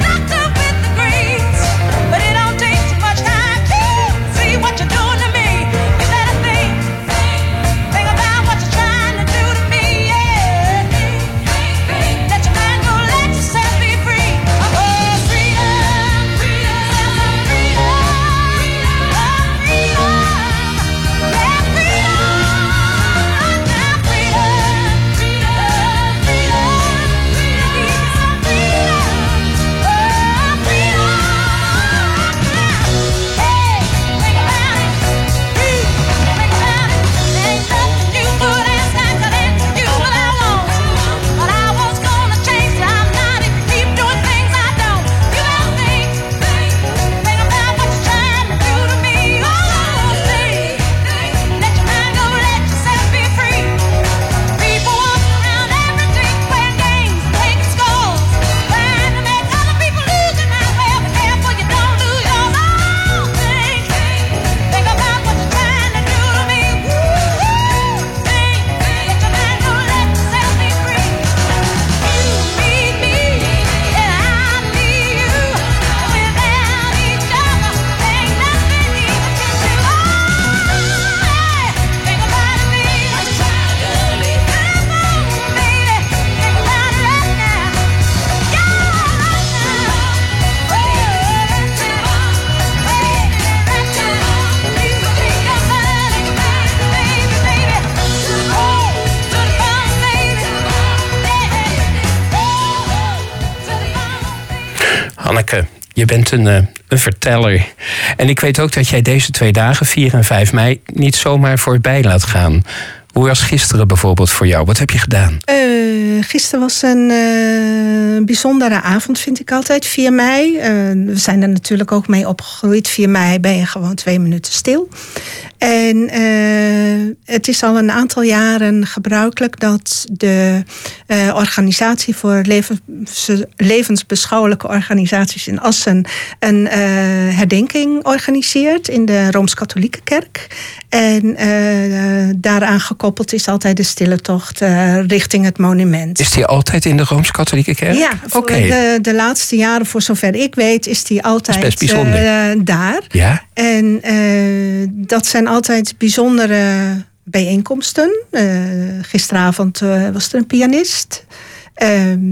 C: Hanneke, je bent een, uh, een verteller. En ik weet ook dat jij deze twee dagen, vier en vijf mei... niet zomaar voorbij laat gaan. Hoe was gisteren bijvoorbeeld voor jou? Wat heb je gedaan?
F: Uh, gisteren was een uh, bijzondere avond, vind ik altijd, vier mei. Uh, we zijn er natuurlijk ook mee opgegroeid. vier mei ben je gewoon twee minuten stil. En uh, het is al een aantal jaren gebruikelijk dat de uh, organisatie voor levens, levensbeschouwelijke organisaties in Assen een uh, herdenking organiseert in de Rooms-Katholieke Kerk. En uh, daaraan gekoppeld is altijd de stille tocht uh, richting het monument.
C: Is die altijd in de Rooms-Katholieke Kerk?
F: Ja, voor
C: okay.
F: de, de laatste jaren, voor zover ik weet, is die altijd uh, daar.
C: Ja?
F: En uh, dat zijn altijd bijzondere bijeenkomsten. Uh, gisteravond uh, was er een pianist. Uh,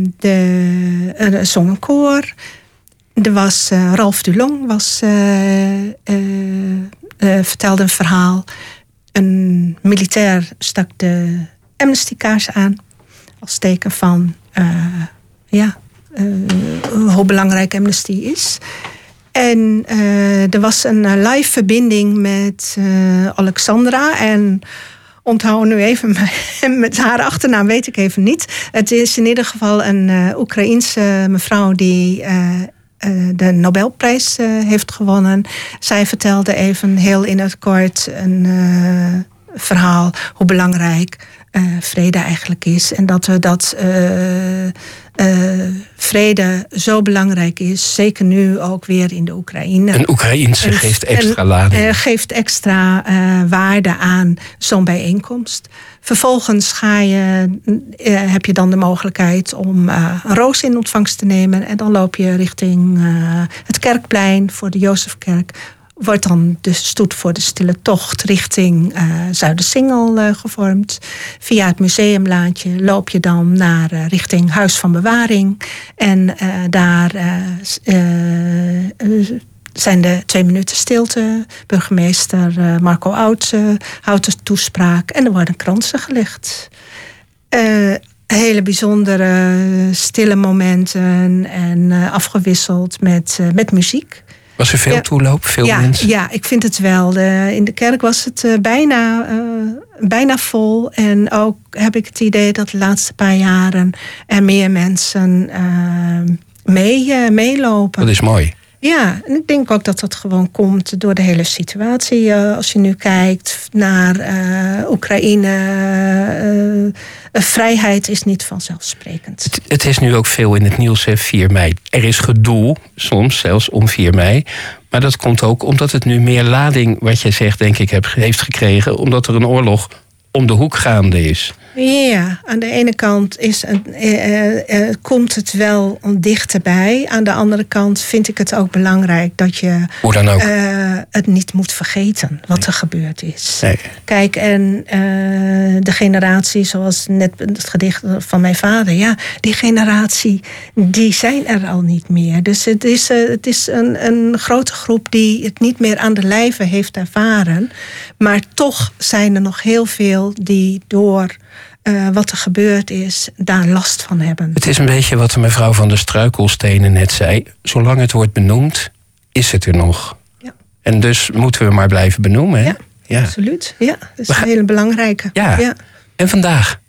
F: de, er zong een koor. Er was uh, Ralph Dulong, was, uh, uh, uh, vertelde een verhaal. Een militair stak de Amnesty-kaars aan. Als teken van uh, ja, uh, hoe belangrijk Amnesty is. En uh, er was een live verbinding met uh, Alexandra. En onthoud nu even, met haar achternaam weet ik even niet. Het is in ieder geval een uh, Oekraïense mevrouw die uh, uh, de Nobelprijs uh, heeft gewonnen. Zij vertelde even heel in het kort een uh, verhaal hoe belangrijk uh, vrede eigenlijk is. En dat we dat uh, uh, vrede zo belangrijk is, zeker nu ook weer in de Oekraïne.
C: Een Oekraïense geeft extra lading.
F: Uh, geeft extra uh, waarde aan zo'n bijeenkomst. Vervolgens ga je, uh, heb je dan de mogelijkheid om uh, een roos in ontvangst te nemen. En dan loop je richting uh, het Kerkplein voor de Jozefkerk. Wordt dan de stoet voor de stille tocht richting uh, Zuidersingel uh, gevormd. Via het museumlaantje loop je dan naar uh, richting Huis van Bewaring. En uh, daar uh, uh, uh, zijn de twee minuten stilte. Burgemeester uh, Marco Oud uh, houdt de toespraak. En er worden kransen gelegd. Uh, hele bijzondere stille momenten. En uh, afgewisseld met, uh, met muziek.
C: Was er veel ja. toeloop, veel
F: ja,
C: mensen?
F: Ja, ik vind het wel. De, in de kerk was het uh, bijna, uh, bijna vol. En ook heb ik het idee dat de laatste paar jaren er meer mensen uh, mee, uh, meelopen.
C: Dat is mooi.
F: Ja, en ik denk ook dat dat gewoon komt door de hele situatie. Uh, als je nu kijkt naar uh, Oekraïne, uh, vrijheid is niet vanzelfsprekend.
C: Het, het is nu ook veel in het nieuws, hè, vier mei. Er is gedoe, soms zelfs om vier mei. Maar dat komt ook omdat het nu meer lading, wat jij zegt, denk ik, heeft gekregen. Omdat er een oorlog om de hoek gaande is.
F: Ja, aan de ene kant is een, uh, uh, komt het wel dichterbij. Aan de andere kant vind ik het ook belangrijk dat je
C: Hoe dan ook.
F: Uh, het niet moet vergeten wat er gebeurd is.
C: Nee.
F: Kijk, en uh, de generatie, zoals net het gedicht van mijn vader, ja, die generatie, die zijn er al niet meer. Dus het is, uh, het is een, een grote groep die het niet meer aan de lijve heeft ervaren. Maar toch zijn er nog heel veel die door Uh, wat er gebeurd is, daar last van hebben.
C: Het is een beetje wat de mevrouw van de Struikelstenen net zei. Zolang het wordt benoemd, is het er nog. Ja. En dus moeten we maar blijven benoemen. Hè?
F: Ja,
C: ja,
F: absoluut. Ja, dat is een hele belangrijke.
C: Ja.
F: Ja.
C: En vandaag?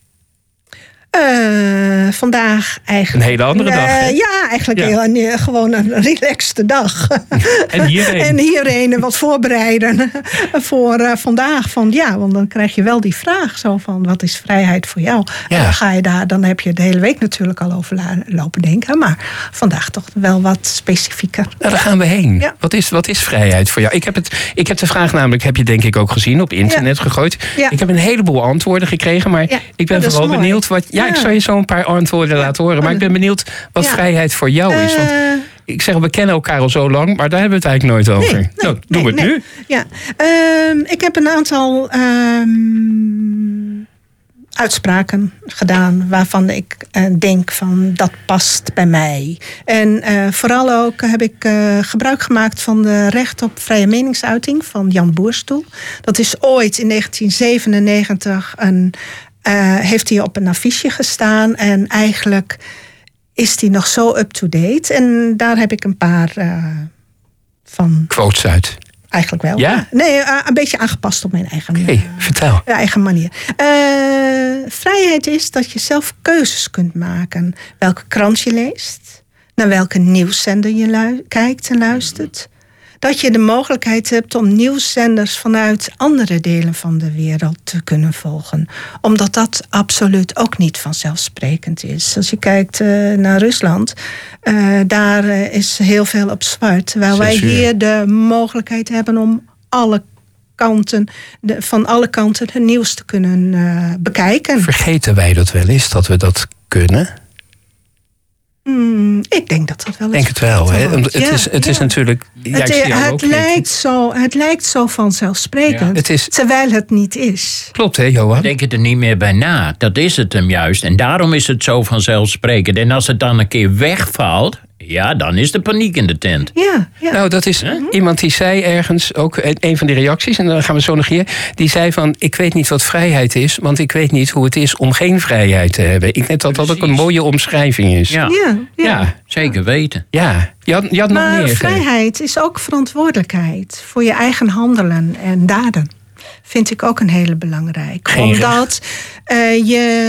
F: Uh, vandaag eigenlijk...
C: Een hele andere
F: uh,
C: dag, hè?
F: Ja, eigenlijk ja. Heel, uh, gewoon een relaxte dag.
C: En hierheen?
F: En hierheen wat voorbereiden voor uh, vandaag. Van, ja, want dan krijg je wel die vraag zo van, wat is vrijheid voor jou?
C: Ja.
F: En dan ga je daar, dan heb je de hele week natuurlijk al over lopen denken. Maar vandaag toch wel wat specifieker.
C: Nou, daar gaan we heen.
F: Ja.
C: Wat is, wat is vrijheid voor jou? Ik heb, het, ik heb de vraag namelijk, heb je denk ik ook gezien, op internet ja. gegooid. Ja. Ik heb een heleboel antwoorden gekregen, maar ja. ik ben vooral benieuwd wat... Ja, ik zal je zo een paar antwoorden ja. laten horen. Maar ik ben benieuwd wat ja. vrijheid voor jou is. Want ik zeg, we kennen elkaar al zo lang, maar daar hebben we het eigenlijk nooit over.
F: Nee, nee,
C: nou, doen
F: nee,
C: we het
F: nee.
C: nu?
F: Ja. Um, ik heb een aantal um, uitspraken gedaan waarvan ik uh, denk van dat past bij mij. En uh, vooral ook heb ik uh, gebruik gemaakt van de recht op vrije meningsuiting van Jan Boerstoel. Dat is ooit in negentien zevenennegentig een... Uh, heeft hij op een affiche gestaan. En eigenlijk is die nog zo up-to-date. En daar heb ik een paar uh, van...
C: Quotes uit.
F: Eigenlijk wel.
C: Ja?
F: Nee, uh, een beetje aangepast op mijn eigen,
C: okay,
F: uh,
C: vertel.
F: eigen manier. Uh, vrijheid is dat je zelf keuzes kunt maken. Welke krant je leest. Naar welke nieuwszender je lu- kijkt en luistert. Dat je de mogelijkheid hebt om nieuwszenders vanuit andere delen van de wereld te kunnen volgen. Omdat dat absoluut ook niet vanzelfsprekend is. Als je kijkt uh, naar Rusland, uh, daar uh, is heel veel op zwart. Terwijl wij hier de mogelijkheid hebben om alle kanten, de, van alle kanten het nieuws te kunnen uh, bekijken.
C: Vergeten wij dat wel eens, dat we dat kunnen?
F: Hmm, ik denk dat dat wel is.
C: Ik denk het wel. Hè? Het,
F: ja,
C: is, het
F: ja.
C: is natuurlijk... Ja,
F: het,
C: ik zie jou
F: het,
C: ook
F: lijkt zo, het lijkt zo vanzelfsprekend,
D: Ja.
C: Het is-
F: terwijl het niet is.
C: Klopt, hè, Johan?
D: Denk het er niet meer bij na. Dat is het hem juist. En daarom is het zo vanzelfsprekend. En als het dan een keer wegvalt, ja, dan is de paniek in de tent.
F: Ja, ja.
C: Nou, dat is iemand die zei ergens, ook een van de reacties, en dan gaan we zo nog hier, die zei van, ik weet niet wat vrijheid is, want ik weet niet hoe het is om geen vrijheid te hebben. Ik denk dat dat ook een
D: Precies.
C: mooie omschrijving is.
D: Ja,
F: ja, ja.
C: Ja,
D: zeker weten.
C: ja. Je had, je had nog
F: Maar
C: meer.
F: vrijheid is ook verantwoordelijkheid voor je eigen handelen en daden. Vind ik ook een hele belangrijke.
C: Geen
F: Omdat uh,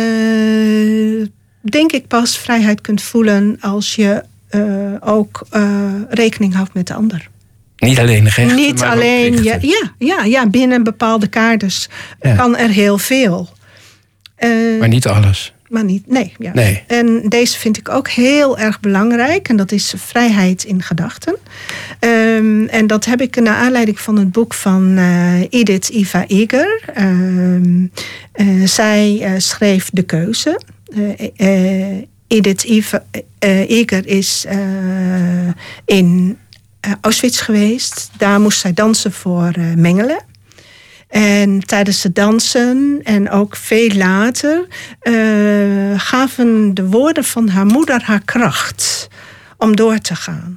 F: je, denk ik, pas vrijheid kunt voelen als je uh, ook uh, rekening houdt met de ander.
C: Niet alleen de rechten,
F: Niet
C: maar ook
F: alleen, je,
C: plichten.
F: ja, ja, ja, binnen bepaalde kaders
C: Ja.
F: kan er heel veel. Uh,
C: Maar niet alles.
F: Maar niet, nee, ja.
C: Nee.
F: En deze vind ik ook heel erg belangrijk. En dat is vrijheid in gedachten. Um, en dat heb ik naar aanleiding van het boek van uh, Edith Eva Eger. Um, uh, zij uh, schreef De Keuze. Uh, uh, Edith Eva uh, Eger is uh, in uh, Auschwitz geweest. Daar moest zij dansen voor uh, Mengele. En tijdens het dansen en ook veel later uh, gaven de woorden van haar moeder haar kracht om door te gaan.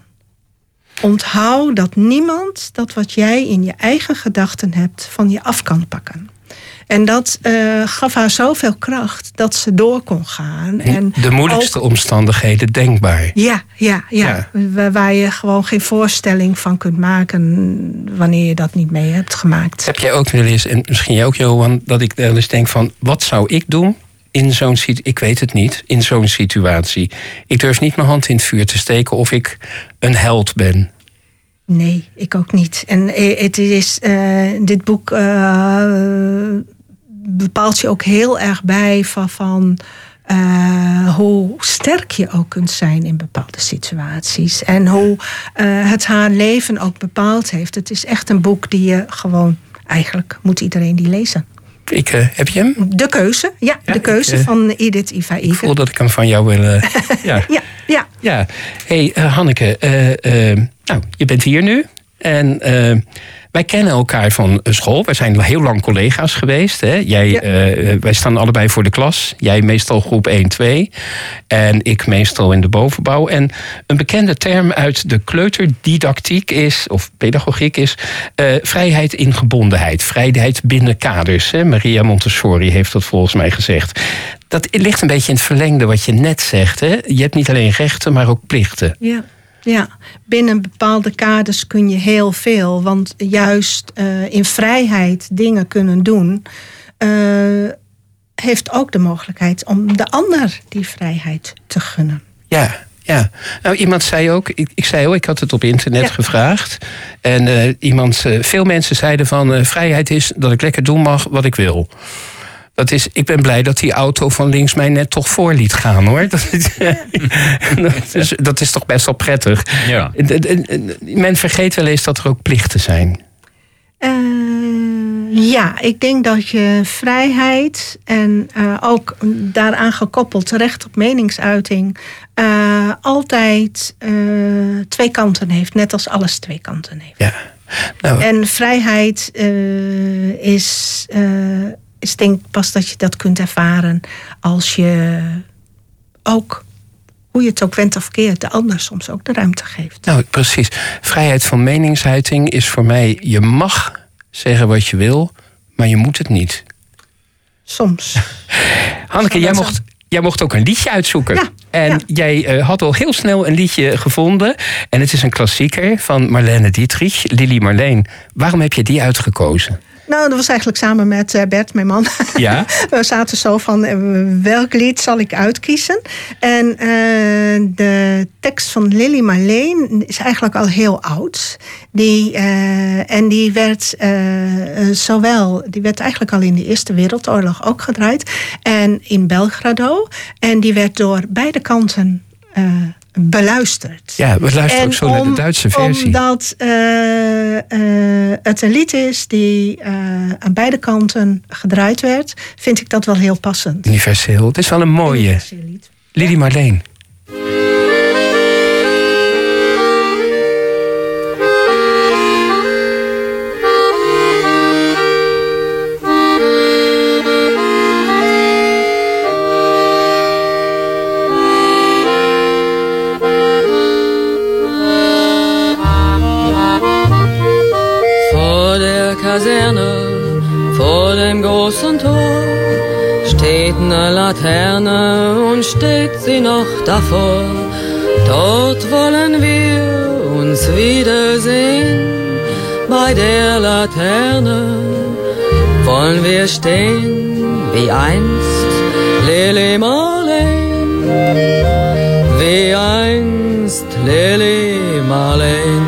F: Onthoud dat niemand dat wat jij in je eigen gedachten hebt van je af kan pakken. En dat uh, gaf haar zoveel kracht dat ze door kon gaan. En
C: De moeilijkste
F: ook,
C: omstandigheden denkbaar.
F: ja, ja, ja. ja. Waar je gewoon geen voorstelling van kunt maken wanneer je dat niet mee hebt gemaakt.
C: Heb jij ook wel eens, en misschien jij ook, Johan, dat ik wel eens denk van, wat zou ik doen in zo'n situatie? Ik weet het niet, in zo'n situatie. Ik durf niet mijn hand in het vuur te steken of ik een held ben.
F: Nee, ik ook niet. En het is, uh, dit boek uh, bepaalt je ook heel erg bij van, van uh, hoe sterk je ook kunt zijn in bepaalde situaties. En hoe uh, het haar leven ook bepaald heeft. Het is echt een boek die je gewoon, eigenlijk moet iedereen die lezen.
C: Ik, uh, heb je hem?
F: De Keuze, ja,
C: Ja,
F: De Keuze
C: ik, uh,
F: van Edith Eva Eger.
C: Ik voel dat ik hem van jou wil... Uh, ja.
F: ja, ja.
C: Ja. Hey, uh, Hanneke, uh, uh, nou, je bent hier nu. En uh, wij kennen elkaar van school. Wij zijn heel lang collega's geweest. Hè? Jij,
F: Ja.
C: uh, wij staan allebei voor de klas. Jij meestal groep één, twee. En ik meestal in de bovenbouw. En een bekende term uit de kleuterdidactiek is, of pedagogiek is, uh, vrijheid in gebondenheid. Vrijheid binnen kaders. Hè? Maria Montessori heeft dat volgens mij gezegd. Dat ligt een beetje in het verlengde wat je net zegt. Hè? Je hebt niet alleen rechten, maar ook plichten.
F: Ja. Ja, binnen bepaalde kaders kun je heel veel. Want juist uh, in vrijheid dingen kunnen doen, Uh, heeft ook de mogelijkheid om de ander die vrijheid te gunnen.
C: Ja, ja. Nou, iemand zei ook, ik, ik zei ook, ik had het op internet
F: Ja.
C: gevraagd. En uh, iemand, uh, veel mensen zeiden van, uh, vrijheid is dat ik lekker doen mag wat ik wil. Dat is, ik ben blij dat die auto van links mij net toch voor liet gaan, hoor. Dat is, dat is, dat is toch best wel prettig.
D: Ja.
C: Men vergeet wel eens dat er ook plichten zijn.
F: Uh, ja, ik denk dat je vrijheid en uh, ook daaraan gekoppeld recht op meningsuiting uh, altijd uh, twee kanten heeft. Net als alles twee kanten heeft.
C: Ja. Nou,
F: En vrijheid uh, is... Uh, is denk ik pas dat je dat kunt ervaren als je ook, hoe je het ook wendt of keert, de ander soms ook de ruimte geeft.
C: Nou, precies. Vrijheid van meningsuiting is voor mij, je mag zeggen wat je wil, maar je moet het niet.
F: Soms.
C: Hanneke,
F: Zal
C: jij
F: dat
C: mocht, jij mocht ook een liedje uitzoeken.
F: Ja,
C: en
F: ja.
C: jij uh, had al heel snel een liedje gevonden. En het is een klassieker van Marlene Dietrich, Lili Marleen. Waarom heb je die uitgekozen?
F: Nou, dat was eigenlijk samen met uh, Bert, mijn man.
C: Ja?
F: We zaten zo van, uh, welk lied zal ik uitkiezen? En uh, de tekst van Lili Marleen is eigenlijk al heel oud. Die, uh, en die werd uh, uh, zowel, die werd eigenlijk al in de Eerste Wereldoorlog ook gedraaid. En in Belgrado. En die werd door beide kanten uh, beluisterd.
C: Ja, we luisteren
F: en
C: ook zo
F: om,
C: naar de Duitse versie.
F: Omdat uh, uh, het een lied is die uh, aan beide kanten gedraaid werd, vind ik dat wel heel passend.
C: Universeel. Het is wel een mooie.
F: Lied.
C: Lili Marleen.
G: Kaserne, vor dem großen Tor steht eine Laterne und steht sie noch davor. Dort wollen wir uns wiedersehen, bei der Laterne wollen wir stehen, wie einst Lili Marleen, wie einst Lili Marleen.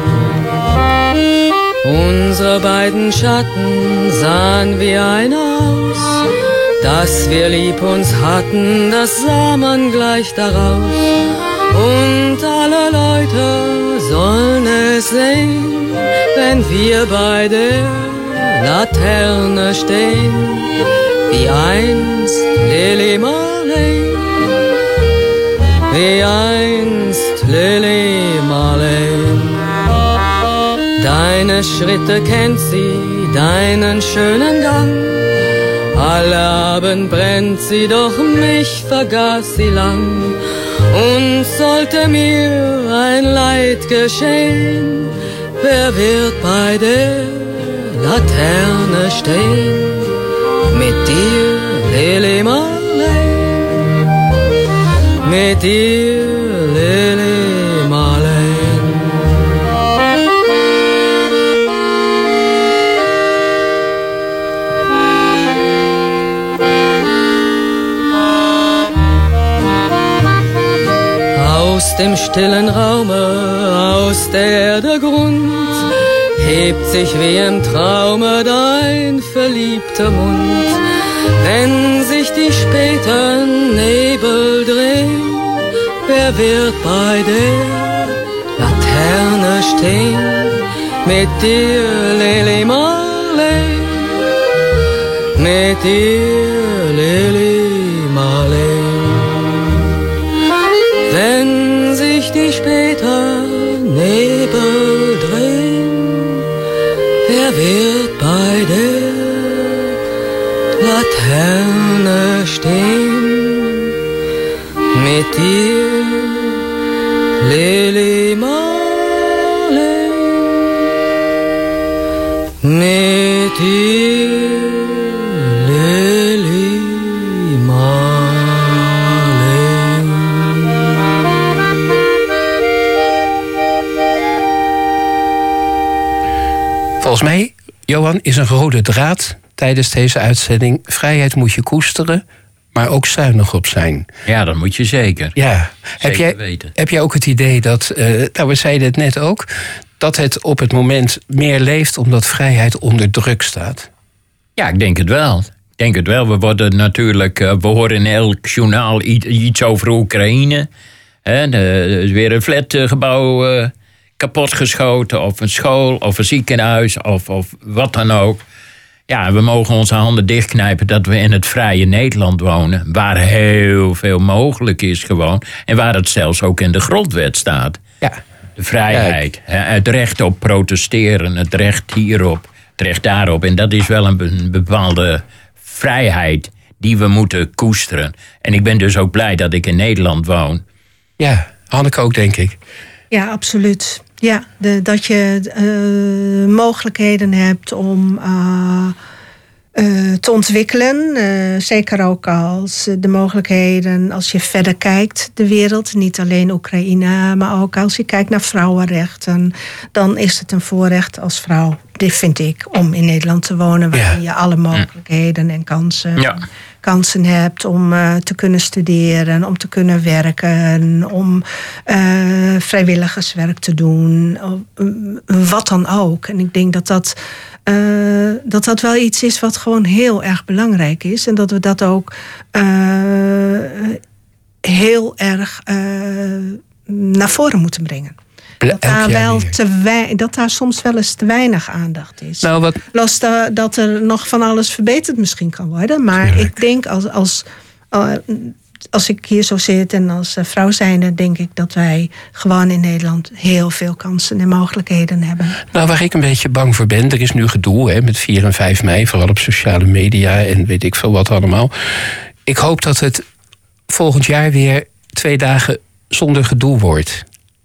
G: Unsere beiden Schatten sahen wie einer aus, dass wir lieb uns hatten, das sah man gleich daraus. Und alle Leute sollen es sehen, wenn wir bei der Laterne stehen, wie einst Lili Marleen, wie einst Lili Marleen. Deine Schritte kennt sie, deinen schönen Gang. Alle Abend brennt sie, doch mich vergaß sie lang. Und sollte mir ein Leid geschehen, wer wird bei der Laterne stehen? Mit dir, Lili Marleen, mit dir, Lili Marleen. Aus dem stillen Raume, aus der Erde Grund, hebt sich wie im Traume dein verliebter Mund. Wenn sich die späten Nebel drehen, wer wird bei der Laterne stehen? Mit dir, Lili Marleen, mit dir, Lili Marleen. Wenn sich die späten Nebel drehen, wer wird bei der Laterne stehen? Mit dir, Lili Marleen, mit dir, Lili Marleen.
C: Volgens mij, Johan, is een rode draad tijdens deze uitzending: vrijheid moet je koesteren, maar ook zuinig op zijn.
D: Ja, dat moet je zeker.
C: Ja.
D: Zeker
C: Heb jij,
D: weten.
C: heb jij ook het idee dat, uh, nou we zeiden het net ook, dat het op het moment meer leeft omdat vrijheid onder druk staat?
D: Ja, ik denk het wel. Ik denk het wel. We worden natuurlijk, uh, we horen in elk journaal iets over Oekraïne. Hè, er is weer een flatgebouw uh, kapotgeschoten, of een school, of een ziekenhuis, of, of wat dan ook. Ja, we mogen onze handen dichtknijpen dat we in het vrije Nederland wonen, waar heel veel mogelijk is gewoon. En waar het zelfs ook in de grondwet staat.
C: Ja.
D: De vrijheid, ja, het recht op protesteren, het recht hierop, het recht daarop. En dat is wel een, een bepaalde vrijheid die we moeten koesteren. En ik ben dus ook blij dat ik in Nederland woon.
C: Ja, Hanneke ook, denk ik.
F: Ja, absoluut. Ja, de, dat je uh, mogelijkheden hebt om uh, uh, te ontwikkelen. Uh, zeker ook als de mogelijkheden, als je verder kijkt de wereld. Niet alleen Oekraïne, maar ook als je kijkt naar vrouwenrechten. Dan is het een voorrecht als vrouw, dit vind ik, om in Nederland te wonen. Waarin ja. je alle mogelijkheden en kansen,
D: Ja.
F: kansen hebt om uh, te kunnen studeren, om te kunnen werken, om uh, vrijwilligerswerk te doen. Uh, wat dan ook. En ik denk dat dat... Uh, dat dat wel iets is wat gewoon heel erg belangrijk is. En dat we dat ook uh, heel erg uh, naar voren moeten brengen. Dat daar, wel te wij, dat daar soms wel eens te weinig aandacht is.
C: Nou, wat...
F: Los da, dat er nog van alles verbeterd misschien kan worden. Maar Tuurlijk. ik denk als... als uh, Als ik hier zo zit en als vrouw zijnde, denk ik dat wij gewoon in Nederland heel veel kansen en mogelijkheden hebben.
C: Nou, waar ik een beetje bang voor ben, er is nu gedoe hè, met vier en vijf mei, vooral op sociale media en weet ik veel wat allemaal. Ik hoop dat het volgend jaar weer twee dagen zonder gedoe wordt.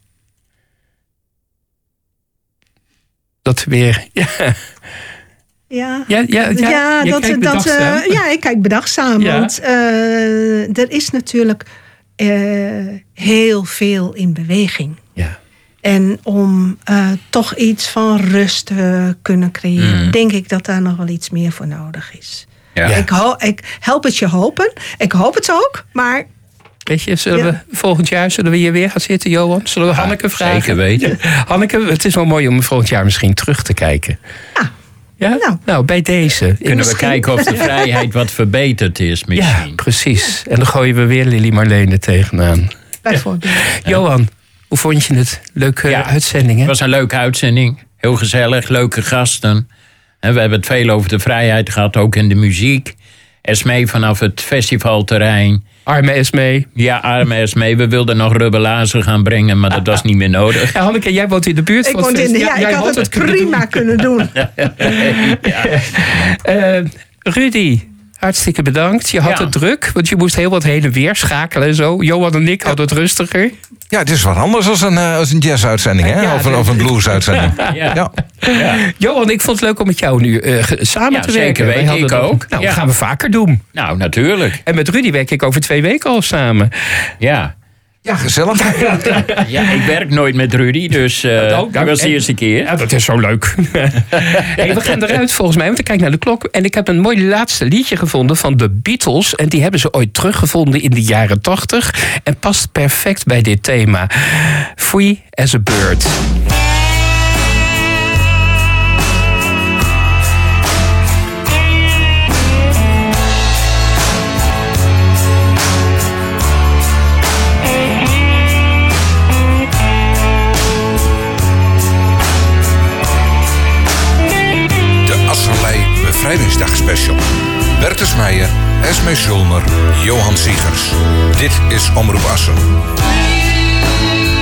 C: Dat weer, ja...
F: Ja,
C: ja, ja, ja,
F: ja,
C: je
F: dat,
C: kijkt
F: dat, uh, ja, ik kijk bedachtzaam.
C: Ja.
F: Want uh, er is natuurlijk uh, heel veel in beweging.
C: Ja.
F: En om uh, toch iets van rust te kunnen creëren, mm. denk ik dat daar nog wel iets meer voor nodig is. Ja. Ik, ho- ik help het je hopen. Ik hoop het ook, maar...
C: Weet je, zullen
F: ja.
C: we volgend jaar zullen we hier weer gaan zitten, Johan? Zullen we ja, Hanneke vragen?
D: Zeker weten.
C: Hanneke, het is wel mooi om volgend jaar misschien terug te kijken.
F: Ja.
C: Ja?
F: Nou.
C: nou, bij deze.
D: Kunnen
C: misschien...
D: we kijken of de vrijheid wat verbeterd is misschien.
C: Ja, precies. En dan gooien we weer Lili Marleen er tegenaan.
F: Bijvoorbeeld.
C: Ja. Johan, hoe vond je het? Leuke ja, uitzending, hè?
D: Het was een leuke uitzending. Heel gezellig, leuke gasten. En we hebben het veel over de vrijheid gehad, ook in de muziek. Esmee vanaf het festivalterrein.
C: Arme Esmee.
D: Ja, arme Esmee. We wilden nog rubbelazen gaan brengen, maar dat was niet meer nodig.
C: Ja, Hanneke, jij woont in de buurt
F: ik
C: van het
F: in de,
C: feest.
F: Ja, ja ik had het, het prima kunnen doen.
D: ja.
C: uh, Rudy, hartstikke bedankt. Je had
D: ja.
C: het druk, want je moest heel wat heen en weer schakelen en zo. Johan en ik hadden het rustiger.
A: Ja, het is wat anders als een, uh, als een jazz-uitzending, hè? Ja, of, een, of een blues-uitzending. Ja. Ja. Ja.
C: Ja. Johan, ik vond het leuk om met jou nu uh, samen
D: ja,
C: te werken.
D: Zeker weten, ik
C: dat,
D: ook.
C: Nou,
D: ja.
C: dat gaan we vaker doen.
D: Nou, natuurlijk.
C: En met Rudy werk ik over twee weken al samen.
D: Ja.
A: Ja, gezellig.
D: Ja, ik werk nooit met Rudy, dus uh, dat ook, dat was de eerste keer.
C: Ja, dat is zo leuk. Hey, we gaan eruit volgens mij, want ik kijk naar de klok. En ik heb een mooi laatste liedje gevonden van de Beatles. En die hebben ze ooit teruggevonden in de jaren tachtig. En past perfect bij dit thema. Free as a Bird.
A: Bevrijdingsdag special. Bertus Meijer, Esmee Schulner, Johan Siegers. Dit is Omroep Assen.